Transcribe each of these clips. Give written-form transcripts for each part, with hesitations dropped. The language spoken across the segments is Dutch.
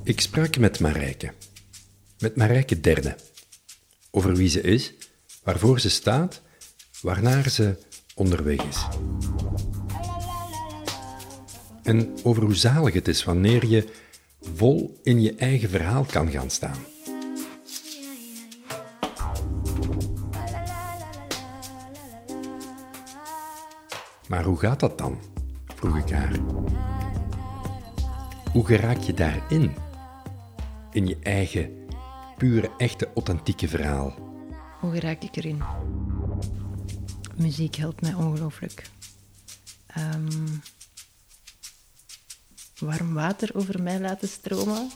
Ik sprak met Marijke. Met Marijke Derde. Over wie ze is, waarvoor ze staat, waarnaar ze onderweg is. En over hoe zalig het is wanneer je vol in je eigen verhaal kan gaan staan. Maar hoe gaat dat dan? Vroeg ik haar. Hoe geraak je daarin? In je eigen, pure, echte, authentieke verhaal. Hoe geraak ik erin? Muziek helpt mij ongelooflijk. Warm water over mij laten stromen.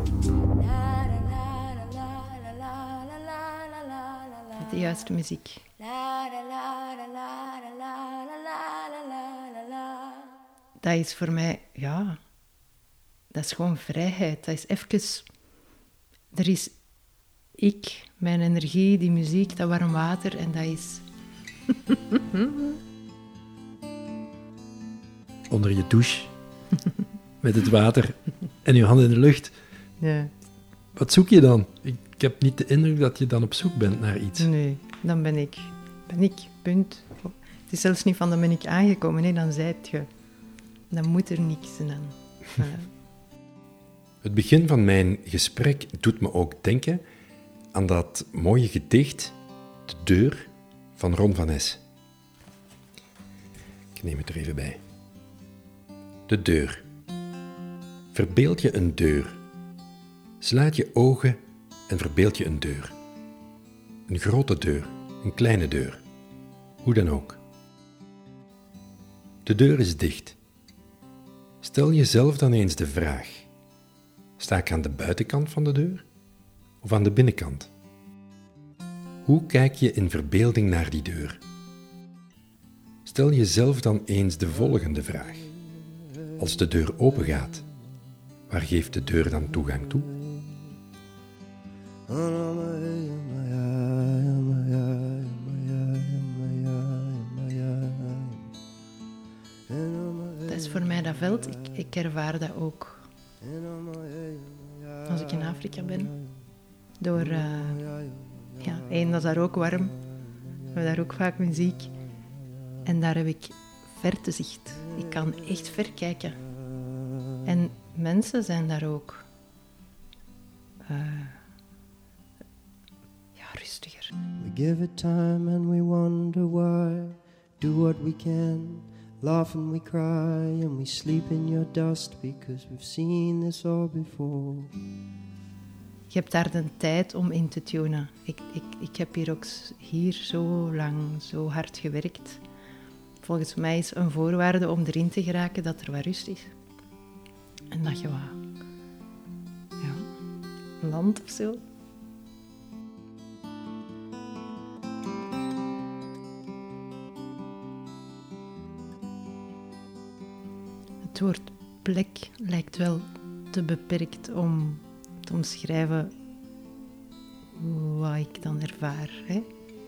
Met de juiste muziek. Dat is voor mij, ja, dat is gewoon vrijheid. Dat is even, er is ik, mijn energie, die muziek, dat warm water en dat is... Onder je douche, met het water en je handen in de lucht. Ja. Wat zoek je dan? Ik heb niet de indruk dat je dan op zoek bent naar iets. Nee, dan ben ik. Punt. Het is zelfs niet van dan ben ik aangekomen, nee, dan zijt je. Dan moet er niks zijn. Het begin van mijn gesprek doet me ook denken aan dat mooie gedicht De Deur van Ron van Es. Ik neem het er even bij. De deur. Verbeeld je een deur. Sluit je ogen en verbeeld je een deur. Een grote deur, een kleine deur. Hoe dan ook. De deur is dicht. Stel jezelf dan eens de vraag. Sta ik aan de buitenkant van de deur of aan de binnenkant? Hoe kijk je in verbeelding naar die deur? Stel jezelf dan eens de volgende vraag. Als de deur opengaat, waar geeft de deur dan toegang toe? Dat is voor mij dat veld. Ik ervaar dat ook als ik in Afrika ben. Door, dat is daar ook warm. We hebben daar ook vaak muziek. En daar heb ik vertezicht. Ik kan echt ver kijken. En mensen zijn daar ook rustiger. We give it time and we wonder why. Do what we can, laugh and we cry, and we sleep in your dust because we've seen this all before. Je hebt daar de tijd om in te tunen. Ik heb hier zo lang, zo hard gewerkt. Volgens mij is een voorwaarde om erin te geraken dat er wat rust is. En dat je land of zo. Het woord plek lijkt wel te beperkt om te omschrijven wat ik dan ervaar. Hè?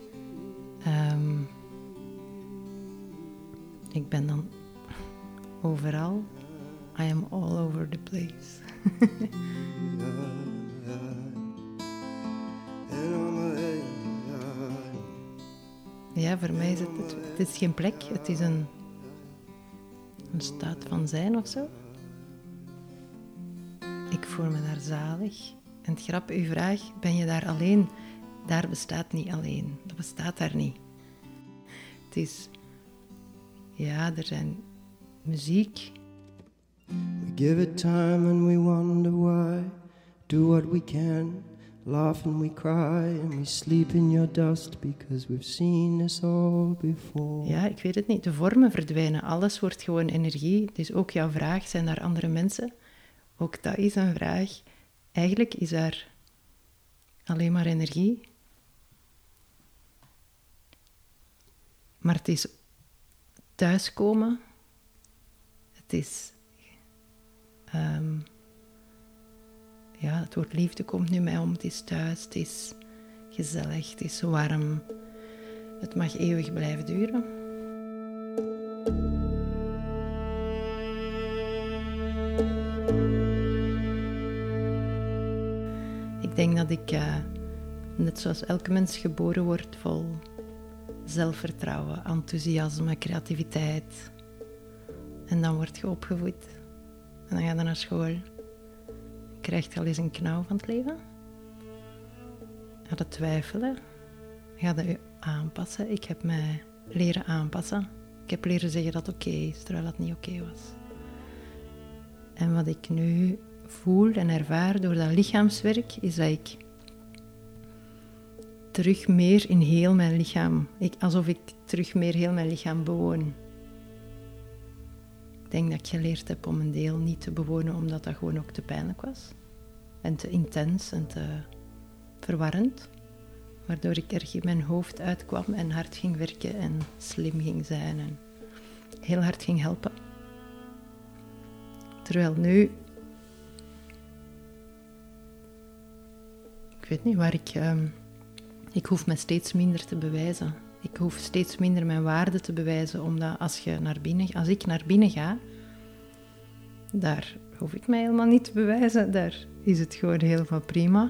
Ik ben dan overal. I am all over the place. Ja, voor mij is het is geen plek. Het is een staat van zijn of zo. Ik voel me daar zalig. En het grap, uw vraag, ben je daar alleen? Daar bestaat niet alleen. Dat bestaat daar niet. Het is... Ja, er zijn muziek. We give it time and we wonder why. Do what we can, laugh and we cry, and we sleep in your dust because we've seen this all before. Ja, ik weet het niet. De vormen verdwijnen. Alles wordt gewoon energie. Dus ook jouw vraag, zijn daar andere mensen? Ook dat is een vraag. Eigenlijk is daar alleen maar energie. Maar het is thuiskomen. Het is... het woord liefde komt nu mij om. Het is thuis, het is gezellig, het is warm. Het mag eeuwig blijven duren. Ik denk dat ik, net zoals elke mens, geboren wordt vol zelfvertrouwen, enthousiasme, creativiteit. En dan word je opgevoed. En dan ga je naar school. Je krijgt al eens een knauw van het leven. Ga je twijfelen. Ga je je aanpassen. Ik heb mij leren aanpassen. Ik heb leren zeggen dat het oké is, terwijl dat niet oké was. En wat ik nu voel en ervaar door dat lichaamswerk, is dat ik terug meer in heel mijn lichaam, alsof ik terug meer heel mijn lichaam bewoon. Ik denk dat ik geleerd heb om een deel niet te bewonen, omdat dat gewoon ook te pijnlijk was. En te intens en te verwarrend. Waardoor ik er in mijn hoofd uitkwam en hard ging werken en slim ging zijn en heel hard ging helpen. Terwijl nu, ik weet niet waar ik hoef me steeds minder te bewijzen. Ik hoef steeds minder mijn waarde te bewijzen, omdat als ik naar binnen ga, daar hoef ik mij helemaal niet te bewijzen. Daar is het gewoon helemaal prima.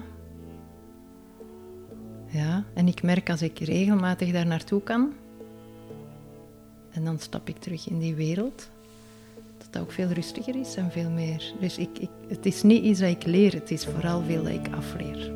Ja, en ik merk als ik regelmatig daar naartoe kan, en dan stap ik terug in die wereld, dat ook veel rustiger is en veel meer. Dus het is niet iets dat ik leer, het is vooral veel dat ik afleer.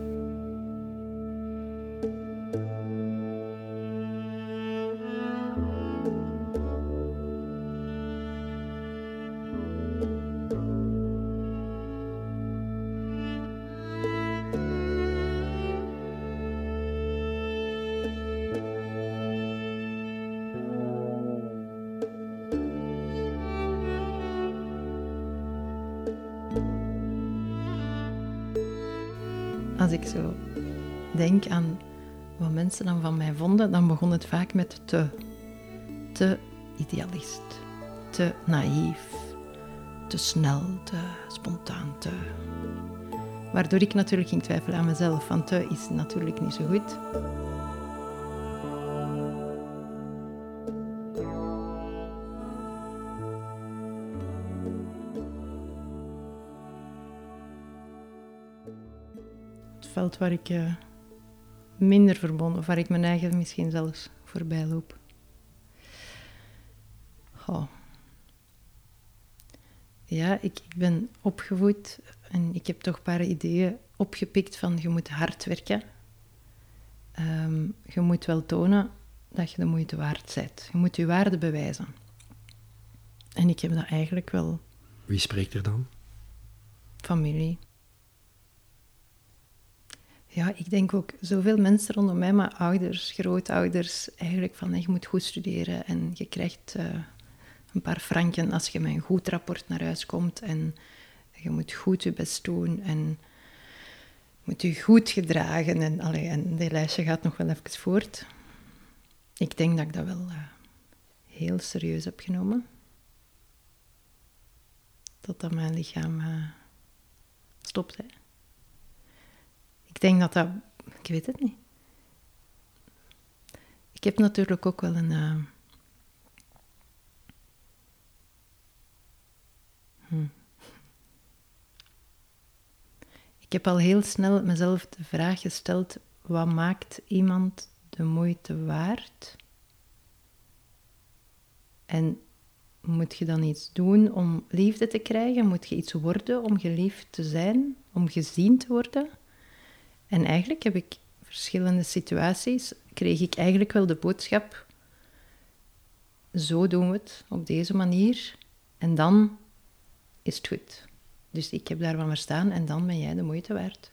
Als ik zo denk aan wat mensen dan van mij vonden, dan begon het vaak met te idealist, te naïef, te snel, te spontaan, Waardoor ik natuurlijk ging twijfelen aan mezelf, want te is natuurlijk niet zo goed. Veld waar ik minder verbonden, of waar ik mijn eigen misschien zelfs voorbij loop. Oh. Ja, ik ben opgevoed en ik heb toch een paar ideeën opgepikt van je moet hard werken. Je moet wel tonen dat je de moeite waard bent. Je moet je waarde bewijzen. En ik heb dat eigenlijk wel... Wie spreekt er dan? Familie. Ja, ik denk ook zoveel mensen rondom mij, maar ouders, grootouders, eigenlijk van je moet goed studeren en je krijgt een paar franken als je met een goed rapport naar huis komt en je moet goed je best doen en moet je goed gedragen en die lijstje gaat nog wel even voort. Ik denk dat ik dat wel heel serieus heb genomen. Totdat mijn lichaam stopt, hè. Ik denk dat... Ik weet het niet. Ik heb natuurlijk ook wel een... Ik heb al heel snel mezelf de vraag gesteld, wat maakt iemand de moeite waard? En moet je dan iets doen om liefde te krijgen? Moet je iets worden om geliefd te zijn? Om gezien te worden? En eigenlijk heb ik verschillende situaties, kreeg ik eigenlijk wel de boodschap, zo doen we het, op deze manier, en dan is het goed. Dus ik heb daarvan verstaan en dan ben jij de moeite waard.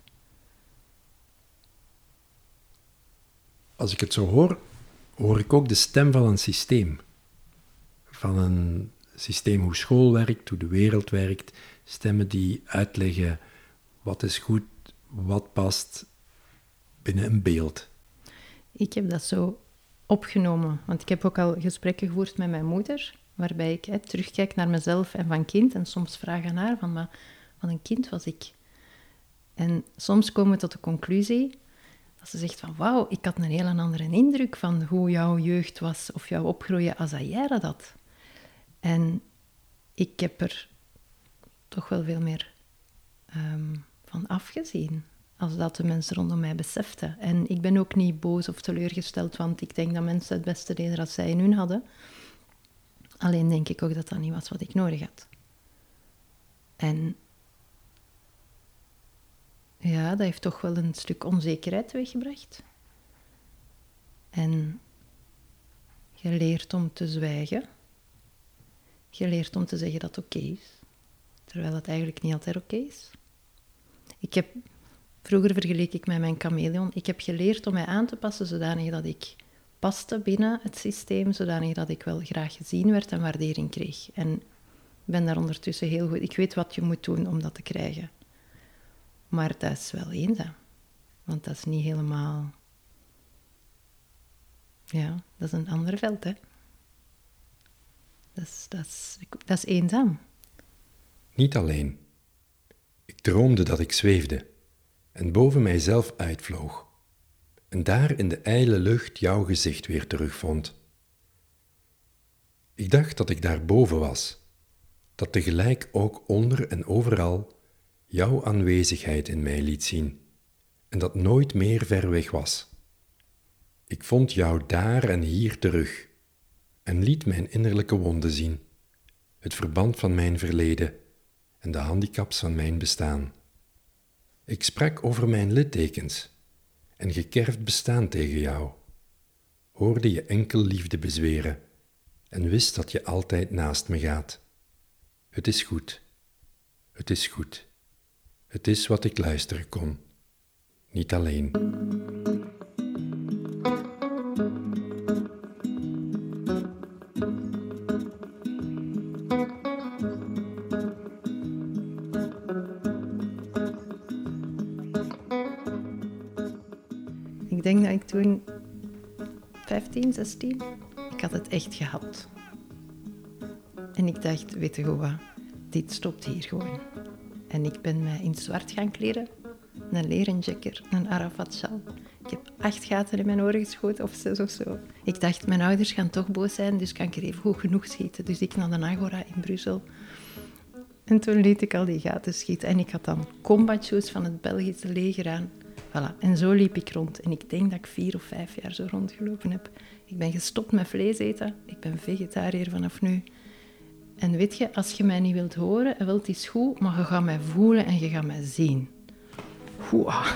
Als ik het zo hoor, hoor ik ook de stem van een systeem. Van een systeem hoe school werkt, hoe de wereld werkt. Stemmen die uitleggen wat is goed, wat past binnen een beeld. Ik heb dat zo opgenomen, want ik heb ook al gesprekken gevoerd met mijn moeder, waarbij ik terugkijk naar mezelf en van kind en soms vraag aan haar van, maar wat een kind was ik. En soms komen we tot de conclusie dat ze zegt van, wauw, ik had een heel andere indruk van hoe jouw jeugd was of jouw opgroeien als dat jij dat had. En ik heb er toch wel veel meer van afgezien. als dat de mensen rondom mij beseften. En ik ben ook niet boos of teleurgesteld, want ik denk dat mensen het beste deden dat zij in hun hadden. Alleen denk ik ook dat dat niet was wat ik nodig had. En ja, dat heeft toch wel een stuk onzekerheid teweeggebracht. En je leert om te zwijgen. Je leert om te zeggen dat het oké is. Terwijl het eigenlijk niet altijd oké is. Vroeger vergeleek ik met mijn chameleon. Ik heb geleerd om mij aan te passen zodanig dat ik paste binnen het systeem, zodanig dat ik wel graag gezien werd en waardering kreeg. En ben daar ondertussen heel goed. Ik weet wat je moet doen om dat te krijgen. Maar dat is wel eenzaam. Want dat is niet helemaal... Ja, dat is een ander veld, hè. Dat is eenzaam. Niet alleen. Ik droomde dat ik zweefde en boven mijzelf uitvloog. En daar in de ijle lucht jouw gezicht weer terugvond. Ik dacht dat ik daar boven was, dat tegelijk ook onder en overal jouw aanwezigheid in mij liet zien en dat nooit meer ver weg was. Ik vond jou daar en hier terug en liet mijn innerlijke wonden zien, het verband van mijn verleden en de handicaps van mijn bestaan. Ik sprak over mijn littekens en gekerfd bestaan tegen jou, hoorde je enkel liefde bezweren en wist dat je altijd naast me gaat. Het is goed, het is goed, het is wat ik luisteren kon, niet alleen. Ik denk dat ik toen 15, 16, ik had het echt gehad. En ik dacht, weet je goed wat, dit stopt hier gewoon. En ik ben mij in het zwart gaan kleden, een leren jacker, een Arafat-sjaal. Ik heb 8 gaten in mijn oren geschoten, of 6 of zo. Ik dacht, mijn ouders gaan toch boos zijn, dus kan ik er even goed genoeg schieten. Dus ik naar de Agora in Brussel. En toen liet ik al die gaten schieten. En ik had dan combat shoes van het Belgische leger aan. Voilà. En zo liep ik rond. En ik denk dat ik 4 of 5 jaar zo rondgelopen heb. Ik ben gestopt met vlees eten. Ik ben vegetariër vanaf nu. En weet je, als je mij niet wilt horen, het is goed, maar je gaat mij voelen en je gaat mij zien. Hoeah.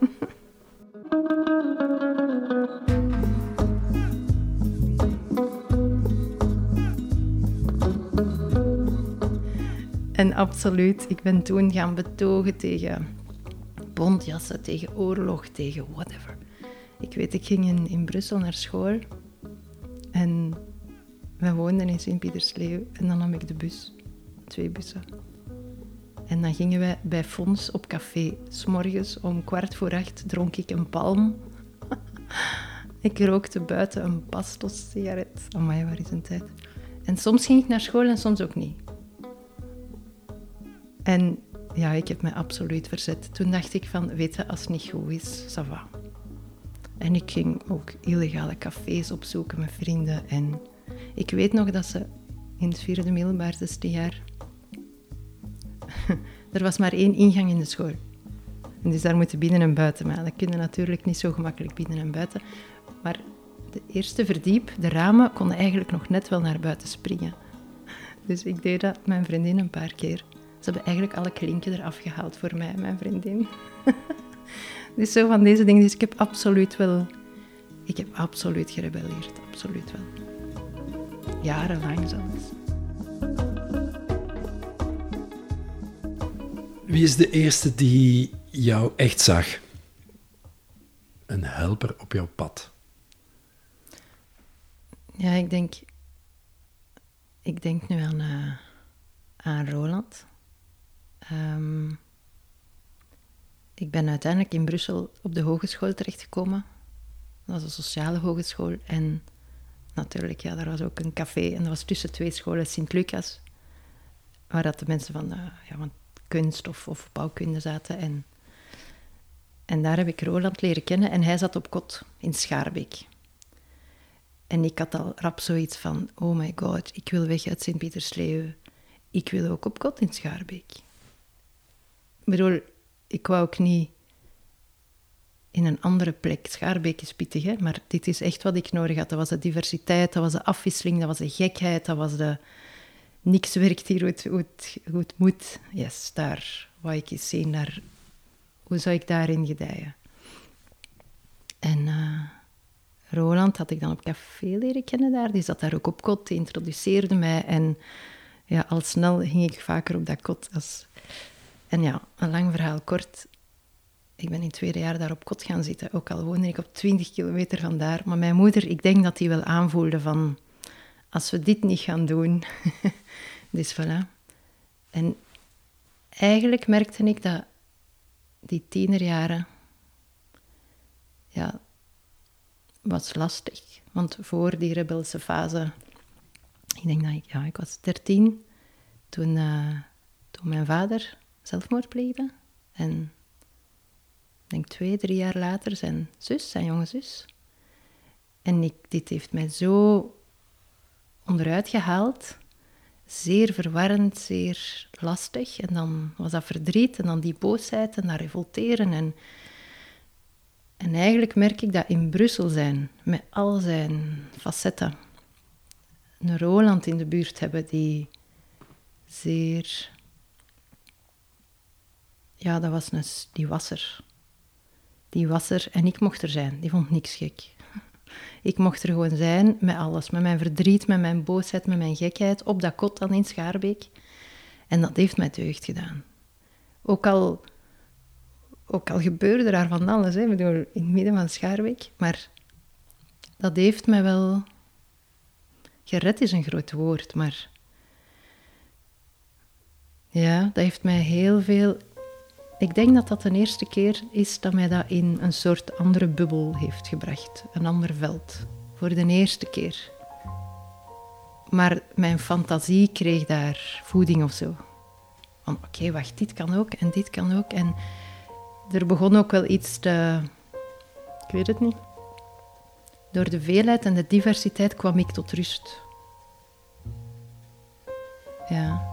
En absoluut, ik ben toen gaan betogen tegen bontjassen, tegen oorlog, tegen whatever. Ik weet, ik ging in Brussel naar school en we woonden in Sint-Pietersleeuw en dan nam ik de bus, 2 bussen. En dan gingen wij bij Fons op café. 's Morgens om 7:15 dronk ik een palm. Ik rookte buiten een Bastos-sigaret. Amai, waar is een tijd. En soms ging ik naar school en soms ook niet. En ja, ik heb me absoluut verzet. Toen dacht ik van, weet je, als het niet goed is, ça va. En ik ging ook illegale cafés opzoeken met vrienden. En ik weet nog dat ze in het 4e middelbaar, 16 jaar... er was maar 1 ingang in de school. En dus daar moeten binnen en buiten. Maar dat kun je natuurlijk niet zo gemakkelijk binnen en buiten. Maar de eerste verdiep, de ramen, konden eigenlijk nog net wel naar buiten springen. Dus ik deed dat met mijn vriendin een paar keer. Ze hebben eigenlijk alle klinken eraf gehaald voor mij en mijn vriendin. Dus zo van deze dingen. Dus ik heb absoluut gerebelleerd. Absoluut wel. Jarenlang zelfs. Wie is de eerste die jou echt zag? Een helper op jouw pad. Ja, ik denk nu aan Roland. Ik ben uiteindelijk in Brussel op de hogeschool terechtgekomen. Dat was een sociale hogeschool. En natuurlijk, ja, daar was ook een café. En dat was tussen 2 scholen, Sint-Lucas. Waar dat de mensen van kunst of bouwkunde zaten. En daar heb ik Roland leren kennen. En hij zat op kot in Schaarbeek. En ik had al rap zoiets van, oh my god, ik wil weg uit Sint-Pietersleeuw. Ik wil ook op kot in Schaarbeek. Ik bedoel, ik wou ook niet in een andere plek. Schaarbeek is pittig, hè? Maar dit is echt wat ik nodig had. Dat was de diversiteit, dat was de afwisseling, dat was de gekheid, dat was de... Niks werkt hier hoe het moet. Yes, daar wou ik eens zien. Hoe zou ik daarin gedijen? En Roland had ik dan op café leren kennen daar. Die zat daar ook op kot, die introduceerde mij. En ja, al snel ging ik vaker op dat kot. En ja, een lang verhaal kort. Ik ben in het 2e jaar daar op kot gaan zitten. Ook al woonde ik op 20 kilometer vandaar. Maar mijn moeder, ik denk dat die wel aanvoelde van... Als we dit niet gaan doen... Dus voilà. En eigenlijk merkte ik dat die tienerjaren... Ja, was lastig. Want voor die rebelse fase... Ik denk dat ik was 13. Toen mijn vader zelfmoord pleegde. En ik denk 2-3 jaar later zijn jonge zus. En dit heeft mij zo onderuit gehaald... Zeer verwarrend, zeer lastig. En dan was dat verdriet en dan die boosheid en dat revolteren. En eigenlijk merk ik dat in Brussel zijn, met al zijn facetten, een Roland in de buurt hebben die zeer... Ja, die was er. Die was er en ik mocht er zijn. Die vond niks gek. Ik mocht er gewoon zijn met alles. Met mijn verdriet, met mijn boosheid, met mijn gekheid. Op dat kot dan in Schaarbeek. En dat heeft mij deugd gedaan. Ook al gebeurde daar van alles. Hè. Ik bedoel, in het midden van Schaarbeek. Maar dat heeft mij wel... Gered is een groot woord, maar... Ja, dat heeft mij heel veel... Ik denk dat dat de eerste keer is dat mij dat in een soort andere bubbel heeft gebracht. Een ander veld. Voor de eerste keer. Maar mijn fantasie kreeg daar voeding of zo. Van oké, wacht, dit kan ook en dit kan ook. En er begon ook wel iets te... Ik weet het niet. Door de veelheid en de diversiteit kwam ik tot rust. Ja.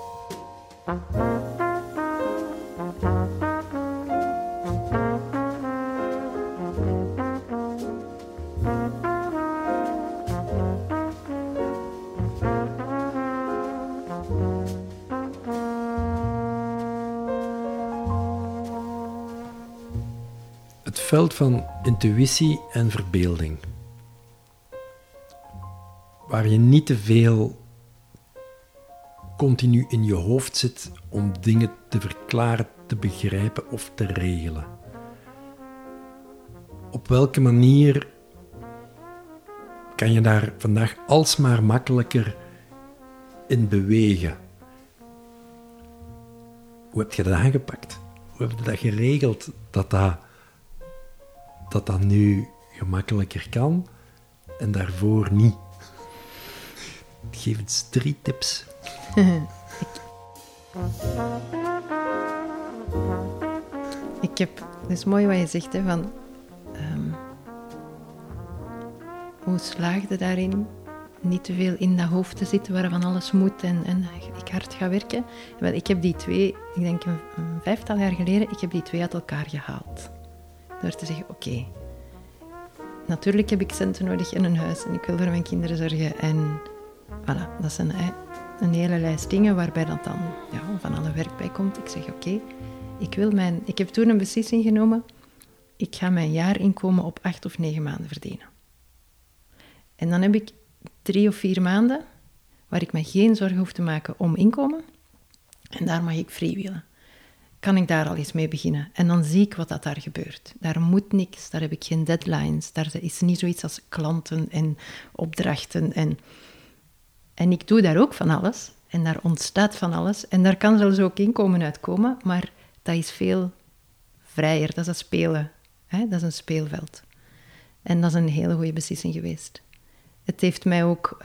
Het veld van intuïtie en verbeelding. Waar je niet te veel continu in je hoofd zit om dingen te verklaren, te begrijpen of te regelen. Op welke manier kan je daar vandaag alsmaar makkelijker in bewegen? Hoe heb je dat aangepakt? Hoe heb je dat geregeld dat nu gemakkelijker kan en daarvoor niet? Geef eens 3 tips. Het is mooi wat je zegt, hè, van... hoe slaagde daarin niet te veel in dat hoofd te zitten waarvan alles moet en ik hard ga werken. Wel, ik heb die 2, ik denk een 5-tal jaar geleden, ik heb die 2 uit elkaar gehaald. Door te zeggen, oké, natuurlijk heb ik centen nodig en een huis en ik wil voor mijn kinderen zorgen. En voilà, dat is een hele lijst dingen waarbij dat dan van alle werk bij komt. Ik zeg, oké, ik heb toen een beslissing genomen, ik ga mijn jaarinkomen op 8 of 9 maanden verdienen. En dan heb ik 3 of 4 maanden waar ik me geen zorgen hoef te maken om inkomen. En daar mag ik freewheelen. Kan ik daar al eens mee beginnen? En dan zie ik wat dat daar gebeurt. Daar moet niks, daar heb ik geen deadlines. Daar is niet zoiets als klanten en opdrachten. En ik doe daar ook van alles. En daar ontstaat van alles. En daar kan zelfs ook inkomen uitkomen. Maar dat is veel vrijer. Dat is een spelen. Hè? Dat is een speelveld. En dat is een hele goede beslissing geweest. Het heeft mij ook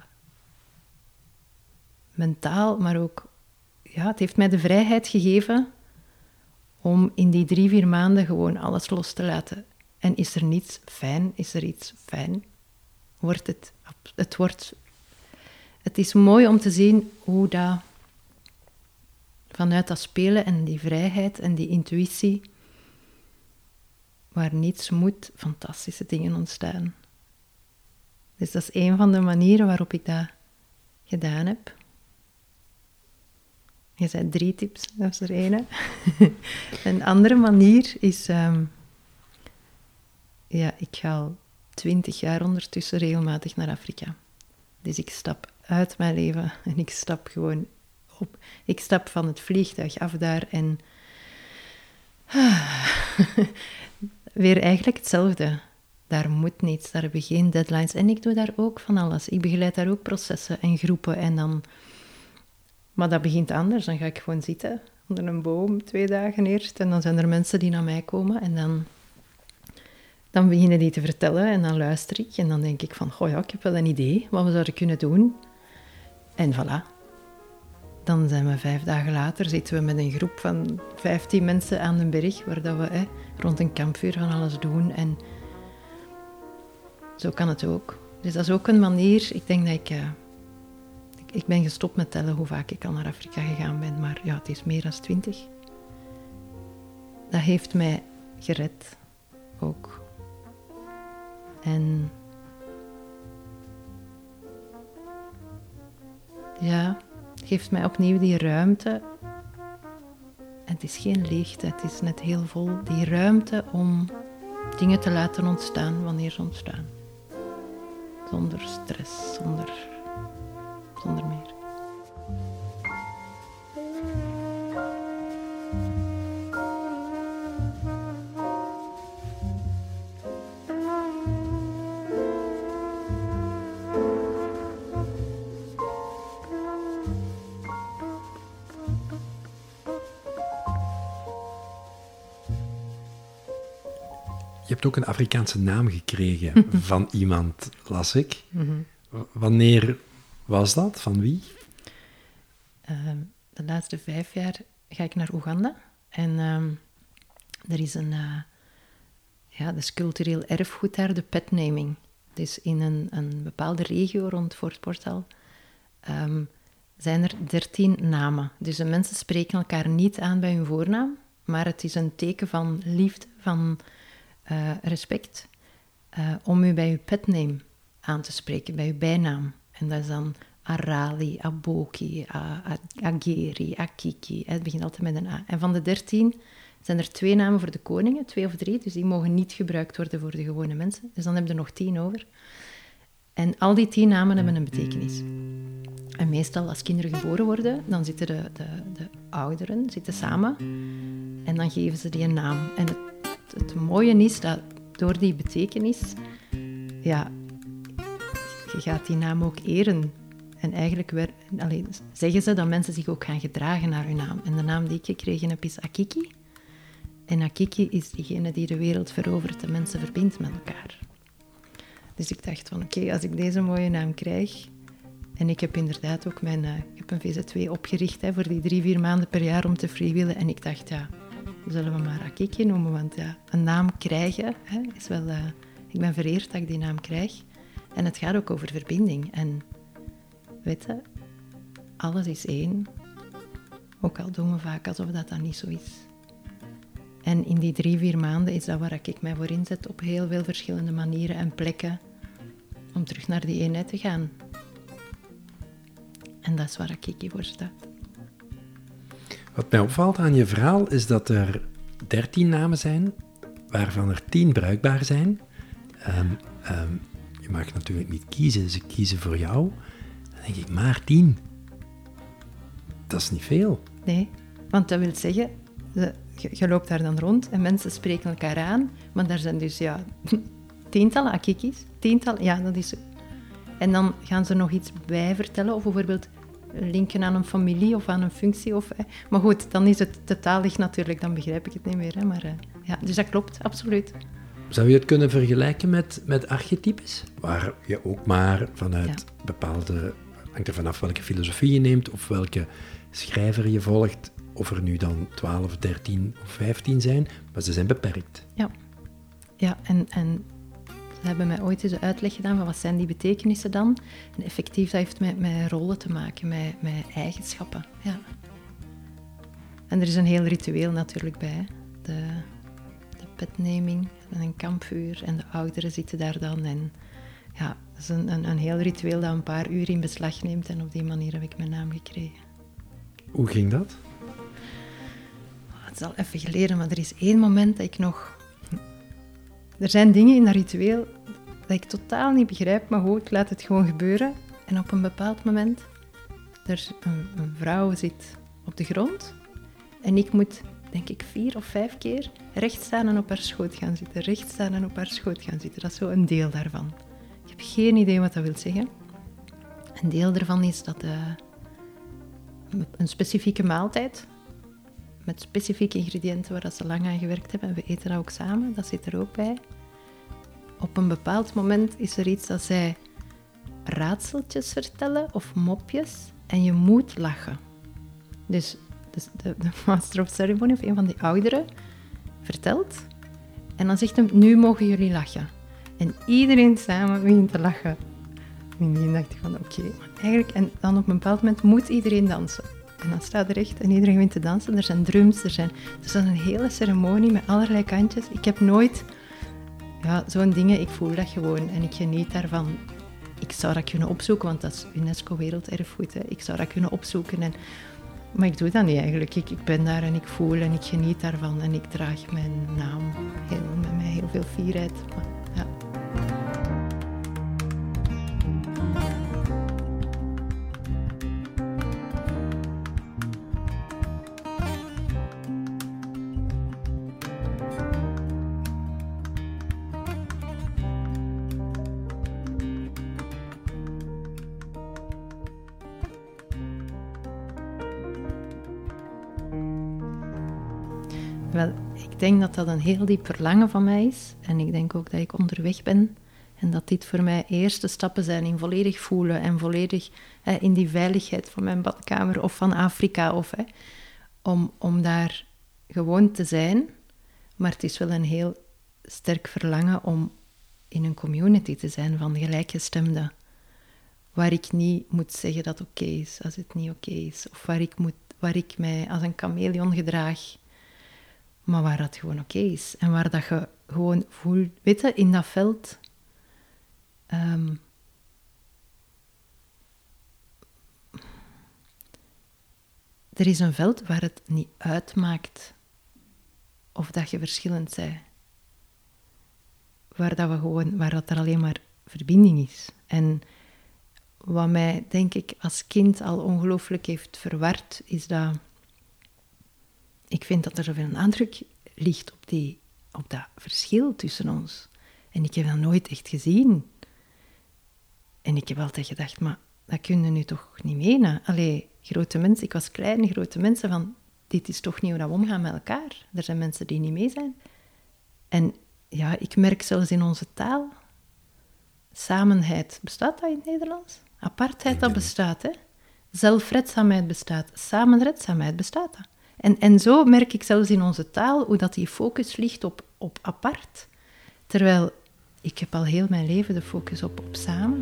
mentaal, maar ook... Ja, het heeft mij de vrijheid gegeven om in die 3-4 maanden gewoon alles los te laten. En is er niets fijn? Is er iets fijn? Het is mooi om te zien hoe dat vanuit dat spelen en die vrijheid en die intuïtie waar niets moet, fantastische dingen ontstaan. Dus dat is een van de manieren waarop ik dat gedaan heb. Je zei 3 tips, dat is er één. Een andere manier is... ik ga al 20 jaar ondertussen regelmatig naar Afrika. Dus ik stap uit mijn leven en ik stap gewoon op. Ik stap van het vliegtuig af daar en... weer eigenlijk hetzelfde. Daar moet niets, daar heb je geen deadlines. En ik doe daar ook van alles. Ik begeleid daar ook processen en groepen en dan... Maar dat begint anders. Dan ga ik gewoon zitten onder een boom 2 dagen eerst. En dan zijn er mensen die naar mij komen. En dan beginnen die te vertellen. En dan luister ik. En dan denk ik van, goh ja, ik heb wel een idee wat we zouden kunnen doen. En voilà. Dan zijn we 5 dagen later, zitten we met een groep van 15 mensen aan de berg. Waar dat we rond een kampvuur van alles doen. En zo kan het ook. Dus dat is ook een manier. Ik denk dat ik ben gestopt met tellen hoe vaak ik al naar Afrika gegaan ben, maar ja, het is meer dan 20. Dat heeft mij gered, ook. En ja, het geeft mij opnieuw die ruimte. En het is geen leegte, het is net heel vol. Die ruimte om dingen te laten ontstaan wanneer ze ontstaan. Zonder stress, zonder meer. Je hebt ook een Afrikaanse naam gekregen van iemand, las ik. Mm-hmm. Wanneer was dat? Van wie? De laatste 5 jaar ga ik naar Oeganda. En er is dat is cultureel erfgoed daar, de petnaming. Dus in een bepaalde regio rond Fort Portal zijn er 13 namen. Dus de mensen spreken elkaar niet aan bij hun voornaam, maar het is een teken van liefde, van respect, om u bij uw petname aan te spreken, bij uw bijnaam. En dat is dan Arali, Aboki, Ageri, Akiki. Het begint altijd met een A. En van de 13 zijn er 2 namen voor de koningen, 2 of 3, dus die mogen niet gebruikt worden voor de gewone mensen. Dus dan hebben we er nog 10 over. En al die 10 namen hebben een betekenis. En meestal als kinderen geboren worden, dan zitten de ouderen samen en dan geven ze die een naam. En het mooie is dat door die betekenis, ja, je gaat die naam ook eren. En eigenlijk zeggen ze dat mensen zich ook gaan gedragen naar hun naam. En de naam die ik gekregen heb is Akiki. En Akiki is diegene die de wereld verovert en mensen verbindt met elkaar. Dus ik dacht van oké, als ik deze mooie naam krijg... En ik heb inderdaad ook ik heb een VZ2 opgericht voor die 3-4 maanden per jaar om te freewheelen. En ik dacht, ja, zullen we maar Akiki noemen, want ja, een naam krijgen is wel... ik ben vereerd dat ik die naam krijg. En het gaat ook over verbinding. En weet je, alles is één. Ook al doen we vaak alsof dat niet zo is. En in die 3-4 maanden is dat waar ik mij voor inzet op heel veel verschillende manieren en plekken om terug naar die eenheid te gaan. En dat is waar Akiki voor staat. Wat mij opvalt aan je verhaal is dat er 13 namen zijn, waarvan er 10 bruikbaar zijn. Je mag natuurlijk niet kiezen, ze kiezen voor jou. Dan denk ik, maar 10. Dat is niet veel. Nee, want dat wil zeggen, je loopt daar dan rond en mensen spreken elkaar aan, maar daar zijn dus tientallen Akikis. Ja, dat is... En dan gaan ze nog iets bij vertellen, of bijvoorbeeld linken aan een familie of aan een functie. Maar goed, dan is het totaal natuurlijk, dan begrijp ik het niet meer. Maar, dus dat klopt, absoluut. Zou je het kunnen vergelijken met archetypes? Waar je ook maar vanuit bepaalde... hangt er vanaf welke filosofie je neemt of welke schrijver je volgt. Of er nu dan 12, 13 of 15 zijn, maar ze zijn beperkt. Ja, en ze hebben mij ooit eens een uitleg gedaan van wat zijn die betekenissen dan. En effectief, dat heeft met rollen te maken, met eigenschappen. Ja. En er is een heel ritueel natuurlijk bij. De afscheidbedneming met een kampvuur en de ouderen zitten daar dan. En ja, dat is een heel ritueel dat een paar uur in beslag neemt en op die manier heb ik mijn naam gekregen. Hoe ging dat? Het is al even geleden, maar er is één moment dat ik nog... Er zijn dingen in dat ritueel dat ik totaal niet begrijp, maar goed, ik laat het gewoon gebeuren. En op een bepaald moment, een vrouw zit op de grond en ik moet, denk ik, 4 of 5 keer recht staan en op haar schoot gaan zitten. Recht staan en op haar schoot gaan zitten. Dat is zo een deel daarvan. Ik heb geen idee wat dat wil zeggen. Een deel daarvan is dat een specifieke maaltijd met specifieke ingrediënten waar dat ze lang aan gewerkt hebben. En we eten dat ook samen, dat zit er ook bij. Op een bepaald moment is er iets dat zij raadseltjes vertellen of mopjes en je moet lachen. Dus de Master of Ceremony of een van die ouderen vertelt en dan zegt hem, nu mogen jullie lachen. En iedereen samen begint te lachen. En dan dacht ik van oké, eigenlijk, en dan op een bepaald moment moet iedereen dansen. En dan staat er echt en iedereen begint te dansen. Er zijn drums, dus dat is een hele ceremonie met allerlei kantjes. Ik heb nooit zo'n dingen, ik voel dat gewoon en ik geniet daarvan. Ik zou dat kunnen opzoeken, want dat is UNESCO Werelderfgoed. Hè. Ik zou dat kunnen opzoeken, maar ik doe dat niet eigenlijk. Ik ben daar en ik voel en ik geniet daarvan en ik draag mijn naam met mij heel veel fierheid. Maar, ja. Wel, ik denk dat dat een heel diep verlangen van mij is. En ik denk ook dat ik onderweg ben. En dat dit voor mij eerste stappen zijn in volledig voelen. En volledig in die veiligheid van mijn badkamer of van Afrika. Om daar gewoon te zijn. Maar het is wel een heel sterk verlangen om in een community te zijn van gelijkgestemden. Waar ik niet moet zeggen dat het oké is als het niet oké is. Of waar ik mij als een chameleon gedraag. Maar waar dat gewoon oké is. En waar dat je gewoon voelt, weet je, in dat veld. Er is een veld waar het niet uitmaakt of dat je verschillend bent. Waar dat er alleen maar verbinding is. En wat mij, denk ik, als kind al ongelooflijk heeft verward, is dat... Ik vind dat er zoveel nadruk ligt op dat verschil tussen ons. En ik heb dat nooit echt gezien. En ik heb altijd gedacht, maar dat kun je nu toch niet menen? Allee, grote mensen, ik was klein, grote mensen, van dit is toch niet hoe we omgaan met elkaar. Er zijn mensen die niet mee zijn. En ja, ik merk zelfs in onze taal, samenheid, bestaat dat in het Nederlands? Apartheid, dat bestaat, hè? Zelfredzaamheid bestaat, samenredzaamheid bestaat dat. En zo merk ik zelfs in onze taal hoe dat die focus ligt op apart. Terwijl ik heb al heel mijn leven de focus op samen.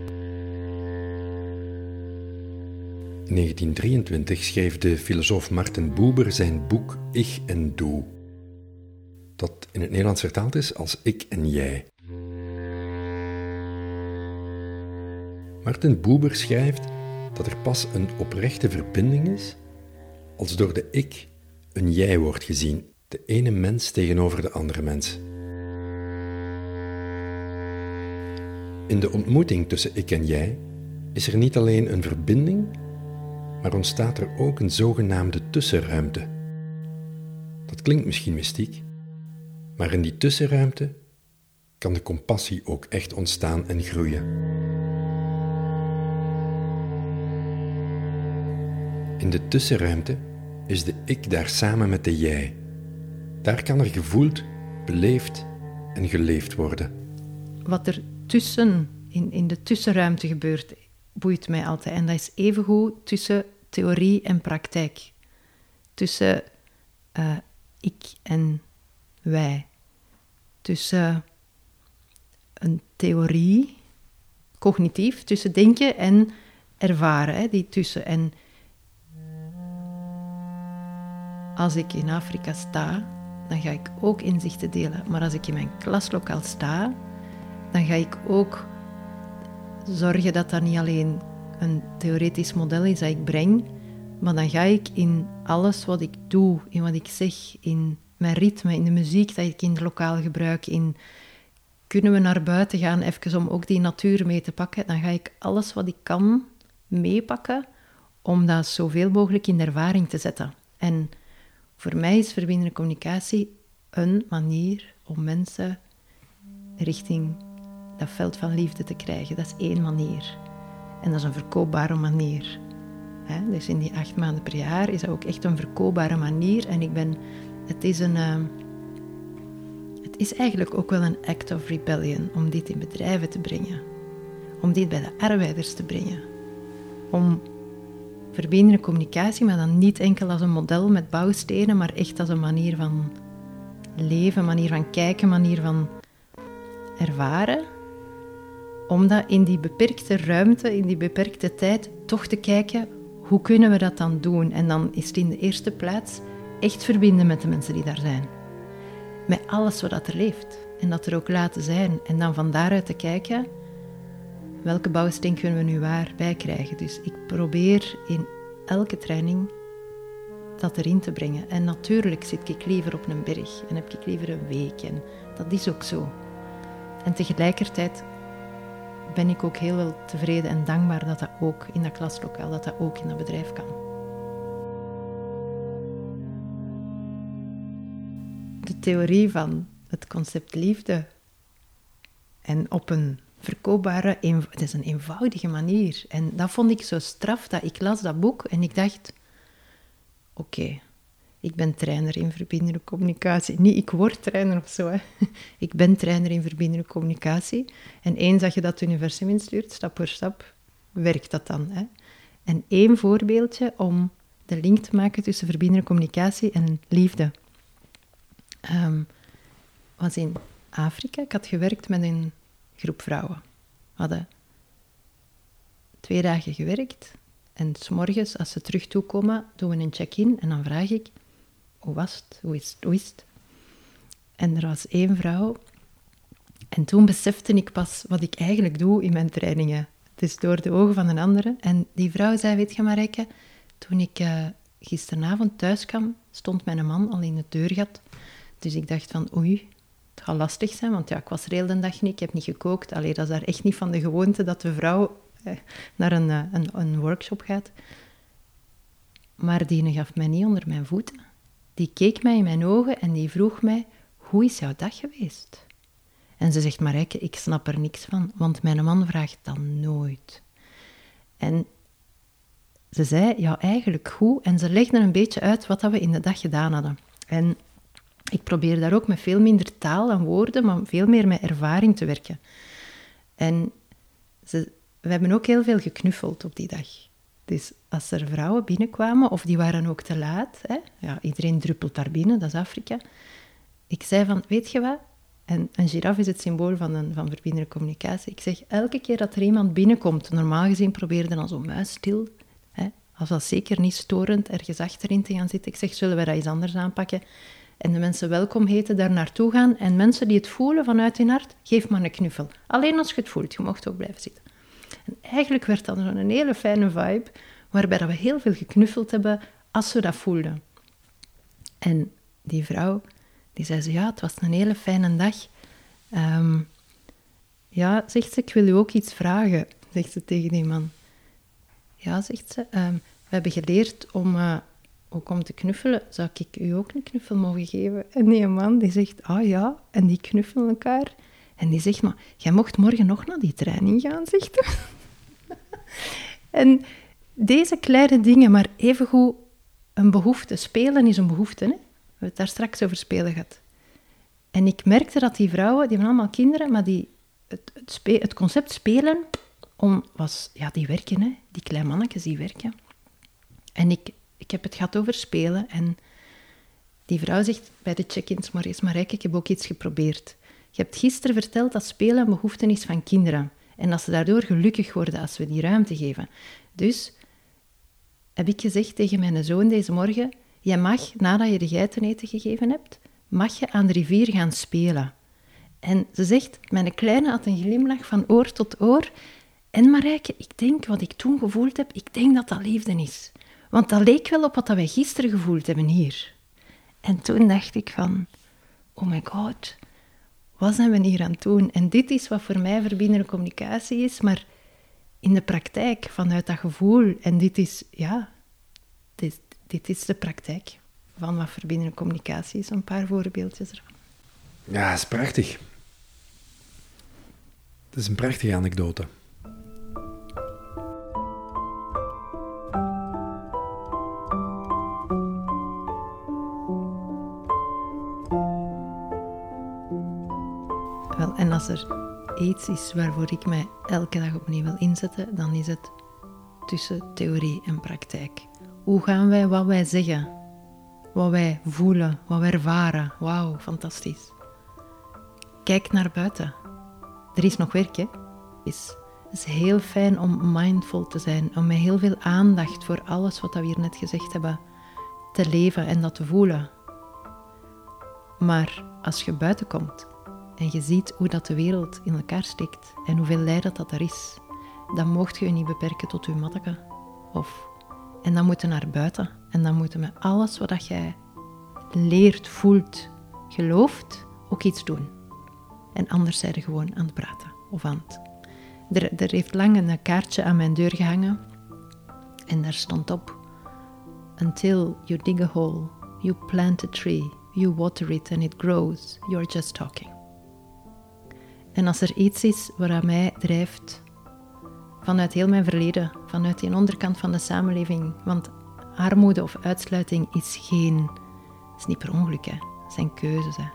In 1923 schreef de filosoof Martin Buber zijn boek Ich en Du, dat in het Nederlands vertaald is als Ik en Jij. Martin Buber schrijft dat er pas een oprechte verbinding is als door de ik een jij wordt gezien, de ene mens tegenover de andere mens. In de ontmoeting tussen ik en jij is er niet alleen een verbinding, maar ontstaat er ook een zogenaamde tussenruimte. Dat klinkt misschien mystiek, maar in die tussenruimte kan de compassie ook echt ontstaan en groeien. In de tussenruimte is de ik daar samen met de jij. Daar kan er gevoeld, beleefd en geleefd worden. Wat er in de tussenruimte gebeurt, boeit mij altijd. En dat is evengoed tussen theorie en praktijk. Tussen ik en wij. Tussen een theorie, cognitief, tussen denken en ervaren. Hè, die tussen. En als ik in Afrika sta, dan ga ik ook inzichten delen. Maar als ik in mijn klaslokaal sta, dan ga ik ook zorgen dat dat niet alleen een theoretisch model is dat ik breng, maar dan ga ik in alles wat ik doe, in wat ik zeg, in mijn ritme, in de muziek dat ik in het lokaal gebruik, in kunnen we naar buiten gaan, even om ook die natuur mee te pakken, dan ga ik alles wat ik kan meepakken, om dat zoveel mogelijk in ervaring te zetten. En voor mij is verbindende communicatie een manier om mensen richting dat veld van liefde te krijgen. Dat is één manier. En dat is een verkoopbare manier. Dus in die 8 maanden per jaar is dat ook echt een verkoopbare manier. En het is eigenlijk ook wel een act of rebellion om dit in bedrijven te brengen. Om dit bij de arbeiders te brengen. Om verbindende communicatie, maar dan niet enkel als een model met bouwstenen, maar echt als een manier van leven, manier van kijken, manier van ervaren. Om dat in die beperkte ruimte, in die beperkte tijd, toch te kijken, hoe kunnen we dat dan doen? En dan is het in de eerste plaats echt verbinden met de mensen die daar zijn. Met alles wat er leeft. En dat er ook laten zijn. En dan van daaruit te kijken, welke bouwsteen kunnen we nu waar bij krijgen? Dus ik probeer in elke training dat erin te brengen. En natuurlijk zit ik liever op een berg en heb ik liever een week. En dat is ook zo. En tegelijkertijd ben ik ook heel wel tevreden en dankbaar dat dat ook in dat klaslokaal, dat ook in dat bedrijf kan. De theorie van het concept liefde en op een verkoopbare, het is een eenvoudige manier. En dat vond ik zo straf, dat ik las dat boek en ik dacht, oké, ik ben trainer in verbindende communicatie. Niet, ik word trainer of zo. Hè. Ik ben trainer in verbindende communicatie. En eens dat je dat universum instuurt, stap voor stap, werkt dat dan. Hè. En 1 voorbeeldje om de link te maken tussen verbindende communicatie en liefde. Was in Afrika. Ik had gewerkt met een groep vrouwen. We hadden 2 dagen gewerkt. En 's morgens, als ze terug toekomen, doen we een check-in. En dan vraag ik, hoe was het? Hoe is het? En er was 1 vrouw. En toen besefte ik pas wat ik eigenlijk doe in mijn trainingen. Het is door de ogen van een andere. En die vrouw zei, weet je Marijke, toen ik gisteravond thuis kwam, stond mijn man al in het deurgat. Dus ik dacht van, oei, het gaat lastig zijn, want ja, ik was er heel de dag niet, ik heb niet gekookt. Allee, dat is daar echt niet van de gewoonte dat de vrouw naar een workshop gaat. Maar die gaf mij niet onder mijn voeten. Die keek mij in mijn ogen en die vroeg mij, hoe is jouw dag geweest? En ze zegt, Marijke, ik snap er niks van, want mijn man vraagt dat nooit. En ze zei, ja, eigenlijk goed. En ze legde een beetje uit wat we in de dag gedaan hadden. En ik probeer daar ook met veel minder taal en woorden, maar veel meer met ervaring te werken. En we hebben ook heel veel geknuffeld op die dag. Dus als er vrouwen binnenkwamen, of die waren ook te laat, hè, ja, iedereen druppelt daar binnen, dat is Afrika. Ik zei van, weet je wat? En een giraf is het symbool van verbindende communicatie. Ik zeg, elke keer dat er iemand binnenkomt, normaal gezien probeerde dan zo muisstil, hè, als dat zeker niet storend, ergens achterin te gaan zitten. Ik zeg, zullen we dat eens anders aanpakken? En de mensen welkom heten, daar naartoe gaan. En mensen die het voelen vanuit hun hart, geef maar een knuffel. Alleen als je het voelt, je mocht ook blijven zitten. En eigenlijk werd dat zo'n hele fijne vibe, waarbij we heel veel geknuffeld hebben als we dat voelden. En die vrouw, die zei ze, ja, het was een hele fijne dag. Ja, zegt ze, ik wil u ook iets vragen, zegt ze tegen die man. Ja, zegt ze, we hebben geleerd om te knuffelen. Zou ik u ook een knuffel mogen geven? En die man, die zegt, ah ja, en die knuffelen elkaar. En die zegt, maar jij mocht morgen nog naar die training gaan, zegt hij. En deze kleine dingen, maar evengoed een behoefte. Spelen is een behoefte, hè? We hebben het daar straks over spelen gehad. En ik merkte dat die vrouwen, die hebben allemaal kinderen, maar het concept spelen, die werken, hè? Die kleine mannetjes, die werken. En ik heb het gehad over spelen. En die vrouw zegt bij de check-ins, Marijke, ik heb ook iets geprobeerd. Je hebt gisteren verteld dat spelen een behoefte is van kinderen. En dat ze daardoor gelukkig worden als we die ruimte geven. Dus heb ik gezegd tegen mijn zoon deze morgen, jij mag, nadat je de geiten eten gegeven hebt, mag je aan de rivier gaan spelen. En ze zegt, mijn kleine had een glimlach van oor tot oor. En Marijke, ik denk wat ik toen gevoeld heb, ik denk dat dat liefde is. Want dat leek wel op wat wij gisteren gevoeld hebben hier. En toen dacht ik van, oh my god, wat zijn we hier aan het doen? En dit is wat voor mij verbindende communicatie is, maar in de praktijk, vanuit dat gevoel. En dit is, ja, dit is de praktijk van wat verbindende communicatie is. Een paar voorbeeldjes ervan. Ja, dat is prachtig. Het is een prachtige anekdote. Wel, en als er iets is waarvoor ik mij elke dag opnieuw wil inzetten, dan is het tussen theorie en praktijk. Hoe gaan wij wat wij zeggen, wat wij voelen, wat wij ervaren? Wauw, fantastisch. Kijk naar buiten. Er is nog werk, hè? Het is heel fijn om mindful te zijn, om met heel veel aandacht voor alles wat we hier net gezegd hebben te leven en dat te voelen. Maar als je buiten komt en je ziet hoe dat de wereld in elkaar steekt en hoeveel lijden dat er is, dan mocht je je niet beperken tot je matteke. En dan moet je naar buiten. En dan moet je met alles wat jij leert, voelt, gelooft, ook iets doen. En anders zijn je gewoon aan het praten of aan het... Er heeft lang een kaartje aan mijn deur gehangen en daar stond op: Until you dig a hole, you plant a tree, you water it and it grows, you're just talking. En als er iets is wat mij drijft vanuit heel mijn verleden, vanuit die onderkant van de samenleving, want armoede of uitsluiting is niet per ongeluk, hè. Het zijn keuzes, hè.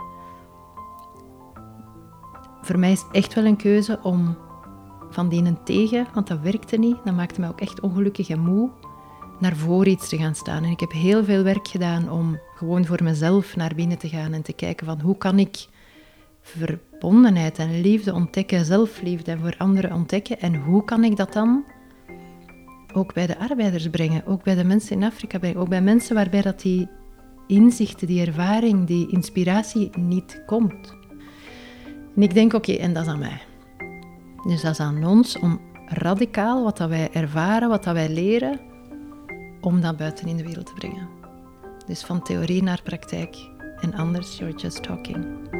Voor mij is het echt wel een keuze om van die en tegen, want dat werkte niet, dat maakte mij ook echt ongelukkig en moe, naar voor iets te gaan staan. En ik heb heel veel werk gedaan om gewoon voor mezelf naar binnen te gaan en te kijken van hoe kan ik verbondenheid en liefde ontdekken, zelfliefde en voor anderen ontdekken, en hoe kan ik dat dan ook bij de arbeiders brengen, ook bij de mensen in Afrika brengen, ook bij mensen waarbij dat die inzichten, die ervaring, die inspiratie niet komt. En ik denk, oké, en dat is aan mij. Dus dat is aan ons om radicaal wat dat wij ervaren, wat dat wij leren, om dat buiten in de wereld te brengen. Dus van theorie naar praktijk en anders, you're just talking.